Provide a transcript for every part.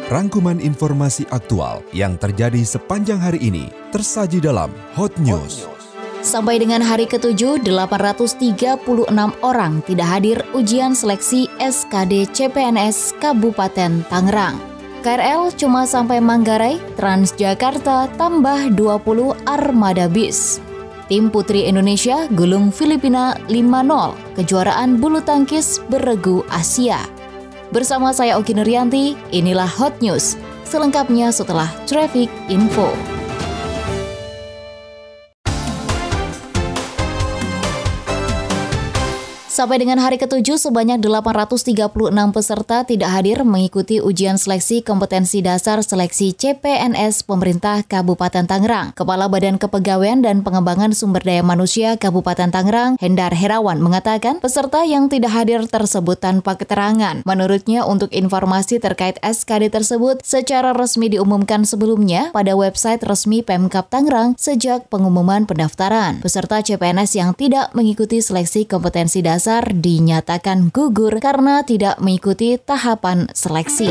Rangkuman informasi aktual yang terjadi sepanjang hari ini tersaji dalam Hot News. Sampai dengan hari ke-7, 836 orang tidak hadir ujian seleksi SKD CPNS Kabupaten Tangerang. KRL cuma sampai Manggarai, Transjakarta tambah 20 armada bis. Tim Putri Indonesia gulung Filipina 5-0, kejuaraan bulu tangkis beregu Asia. Bersama saya Oki Nuryanti, inilah Hot News. Selengkapnya setelah Traffic Info. Sampai dengan hari ke-7, sebanyak 836 peserta tidak hadir mengikuti ujian seleksi kompetensi dasar seleksi CPNS Pemerintah Kabupaten Tangerang. Kepala Badan Kepegawaian dan Pengembangan Sumber Daya Manusia Kabupaten Tangerang, Hendar Herawan, mengatakan peserta yang tidak hadir tersebut tanpa keterangan. Menurutnya, untuk informasi terkait SKD tersebut secara resmi diumumkan sebelumnya pada website resmi Pemkab Tangerang sejak pengumuman pendaftaran. Peserta CPNS yang tidak mengikuti seleksi kompetensi dasar dinyatakan gugur karena tidak mengikuti tahapan seleksi.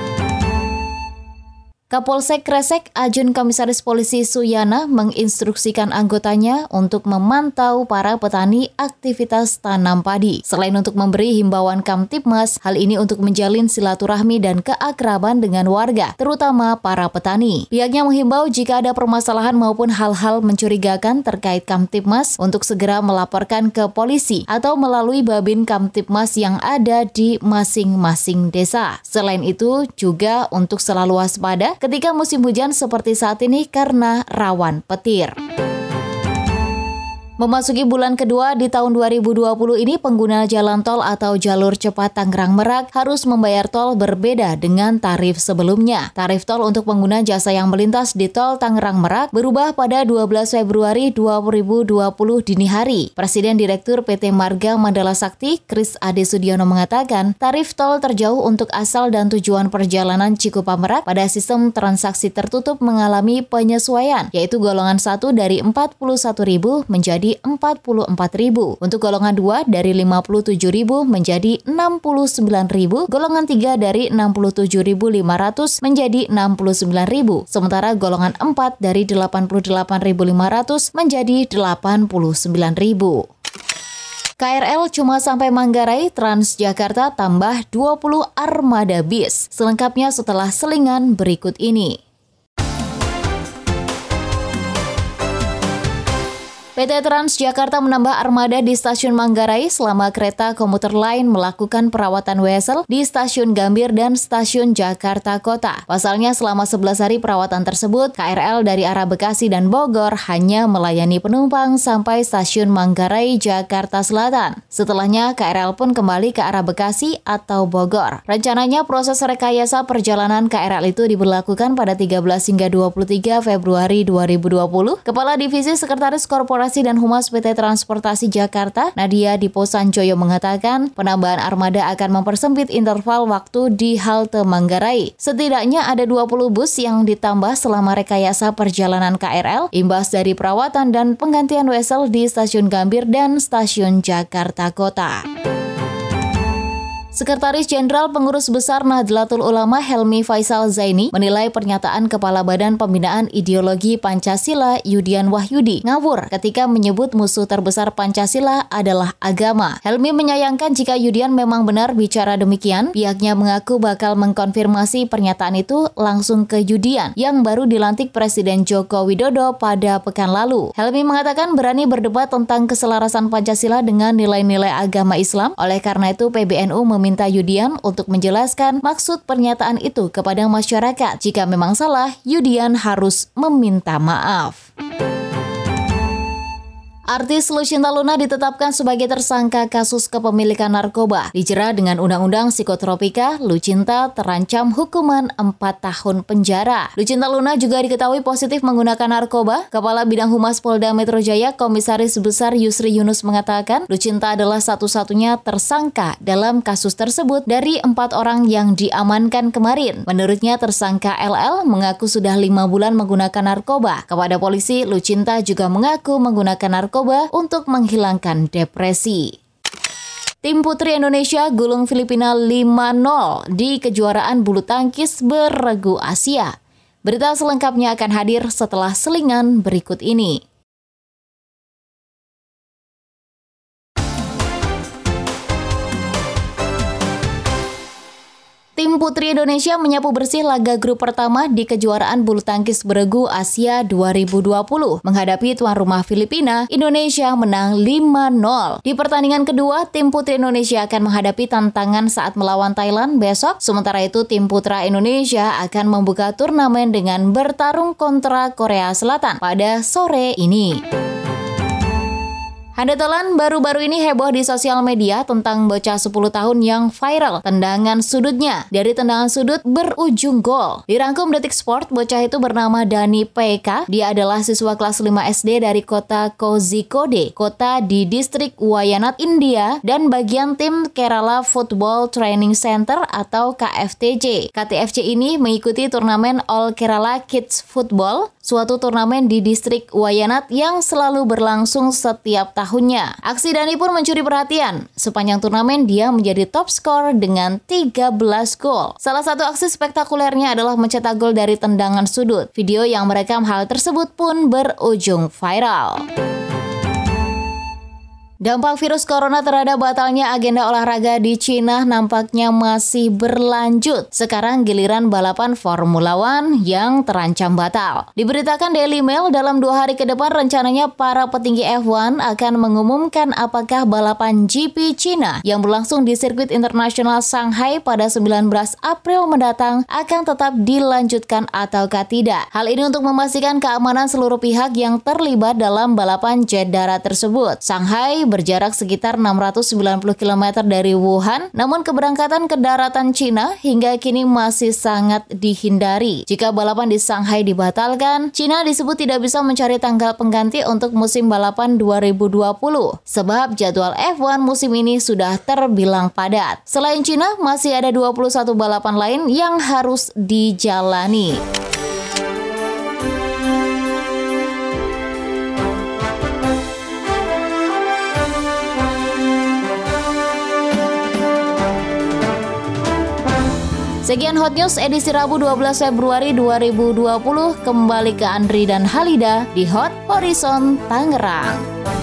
Kapolsek Kresek Ajun Komisaris Polisi Suyana menginstruksikan anggotanya untuk memantau para petani aktivitas tanam padi. Selain untuk memberi himbauan Kamtibmas, hal ini untuk menjalin silaturahmi dan keakraban dengan warga, terutama para petani. Pihaknya menghimbau jika ada permasalahan maupun hal-hal mencurigakan terkait Kamtibmas untuk segera melaporkan ke polisi atau melalui Babin Kamtibmas yang ada di masing-masing desa. Selain itu, juga untuk selalu waspada ketika musim hujan seperti saat ini karena rawan petir. Memasuki bulan kedua di tahun 2020 ini, pengguna jalan tol atau jalur cepat Tangerang Merak harus membayar tol berbeda dengan tarif sebelumnya. Tarif tol untuk pengguna jasa yang melintas di tol Tangerang Merak berubah pada 12 Februari 2020 dini hari. Presiden Direktur PT Marga Mandala Sakti, Kris Ade Sudiono mengatakan, tarif tol terjauh untuk asal dan tujuan perjalanan Cikupa Merak pada sistem transaksi tertutup mengalami penyesuaian, yaitu golongan 1 dari Rp41.000 menjadi Rp44.000. Untuk golongan 2 dari Rp57.000 menjadi Rp69.000, golongan 3 dari Rp67.500 menjadi Rp69.000, sementara golongan 4 dari Rp88.500 menjadi Rp89.000. KRL cuma sampai Manggarai, Transjakarta tambah 20 armada bis. Selengkapnya setelah selingan berikut ini. PT Transjakarta menambah armada di stasiun Manggarai selama kereta komuter lain melakukan perawatan wesel di stasiun Gambir dan stasiun Jakarta Kota. Pasalnya selama 11 hari perawatan tersebut, KRL dari arah Bekasi dan Bogor hanya melayani penumpang sampai stasiun Manggarai, Jakarta Selatan. Setelahnya, KRL pun kembali ke arah Bekasi atau Bogor. Rencananya proses rekayasa perjalanan KRL itu diberlakukan pada 13 hingga 23 Februari 2020. Kepala Divisi Sekretaris Korporasi dan Humas PT Transportasi Jakarta, Nadia Dipo Sanjoyo mengatakan, penambahan armada akan mempersempit interval waktu di halte Manggarai. Setidaknya ada 20 bus yang ditambah selama rekayasa perjalanan KRL, imbas dari perawatan dan penggantian wesel di stasiun Gambir dan stasiun Jakarta Kota. Sekretaris Jenderal Pengurus Besar Nahdlatul Ulama Helmi Faisal Zaini menilai pernyataan Kepala Badan Pembinaan Ideologi Pancasila Yudian Wahyudi ngawur ketika menyebut musuh terbesar Pancasila adalah agama. Helmi menyayangkan jika Yudian memang benar bicara demikian. Pihaknya mengaku bakal mengkonfirmasi pernyataan itu langsung ke Yudian yang baru dilantik Presiden Joko Widodo pada pekan lalu. Helmi mengatakan berani berdebat tentang keselarasan Pancasila dengan nilai-nilai agama Islam. Oleh karena itu PBNU meminta Yudian untuk menjelaskan maksud pernyataan itu kepada masyarakat. Jika memang salah, Yudian harus meminta maaf. Artis Lucinta Luna ditetapkan sebagai tersangka kasus kepemilikan narkoba. Dijerat dengan Undang-Undang Psikotropika, Lucinta terancam hukuman 4 tahun penjara. Lucinta Luna juga diketahui positif menggunakan narkoba. Kepala Bidang Humas Polda Metro Jaya, Komisaris Besar Yusri Yunus mengatakan, Lucinta adalah satu-satunya tersangka dalam kasus tersebut dari 4 orang yang diamankan kemarin. Menurutnya, tersangka LL mengaku sudah 5 bulan menggunakan narkoba. Kepada polisi, Lucinta juga mengaku menggunakan narkoba untuk menghilangkan depresi. Tim putri Indonesia gulung Filipina 5-0 di kejuaraan bulu tangkis beregu Asia. Berita selengkapnya akan hadir setelah selingan berikut ini. Tim putri Indonesia menyapu bersih laga grup pertama di kejuaraan bulu tangkis beregu Asia 2020. Menghadapi tuan rumah Filipina, Indonesia menang 5-0. Di pertandingan kedua, tim putri Indonesia akan menghadapi tantangan saat melawan Thailand besok. Sementara itu, tim putra Indonesia akan membuka turnamen dengan bertarung kontra Korea Selatan pada sore ini. Handetolan baru-baru ini heboh di sosial media tentang bocah 10 tahun yang viral tendangan sudutnya. Dari tendangan sudut berujung gol. Dirangkum Detik Sport, bocah itu bernama Dani PK. Dia adalah siswa kelas 5 SD dari kota Kozhikode, kota di distrik Wayanad, India, dan bagian tim Kerala Football Training Center atau KFTC. KTFC ini mengikuti turnamen All Kerala Kids Football, suatu turnamen di distrik Wayanad yang selalu berlangsung setiap tahunnya. Aksi Dani pun mencuri perhatian. Sepanjang turnamen dia menjadi top skor dengan 13 gol. Salah satu aksi spektakulernya adalah mencetak gol dari tendangan sudut. Video yang merekam hal tersebut pun berujung viral. Dampak virus corona terhadap batalnya agenda olahraga di Cina nampaknya masih berlanjut. Sekarang giliran balapan Formula One yang terancam batal. Diberitakan Daily Mail, dalam 2 hari ke depan rencananya para petinggi F1 akan mengumumkan apakah balapan GP Cina yang berlangsung di sirkuit internasional Shanghai pada 19 April mendatang akan tetap dilanjutkan ataukah tidak. Hal ini untuk memastikan keamanan seluruh pihak yang terlibat dalam balapan jet darat tersebut. Shanghai berjarak sekitar 690 km dari Wuhan, namun keberangkatan ke daratan Cina hingga kini masih sangat dihindari. Jika balapan di Shanghai dibatalkan, Cina disebut tidak bisa mencari tanggal pengganti untuk musim balapan 2020, sebab jadwal F1 musim ini sudah terbilang padat. Selain Cina, masih ada 21 balapan lain yang harus dijalani. Sekian Hot News edisi Rabu 12 Februari 2020. Kembali ke Andri dan Halida di Hot Horizon Tangerang.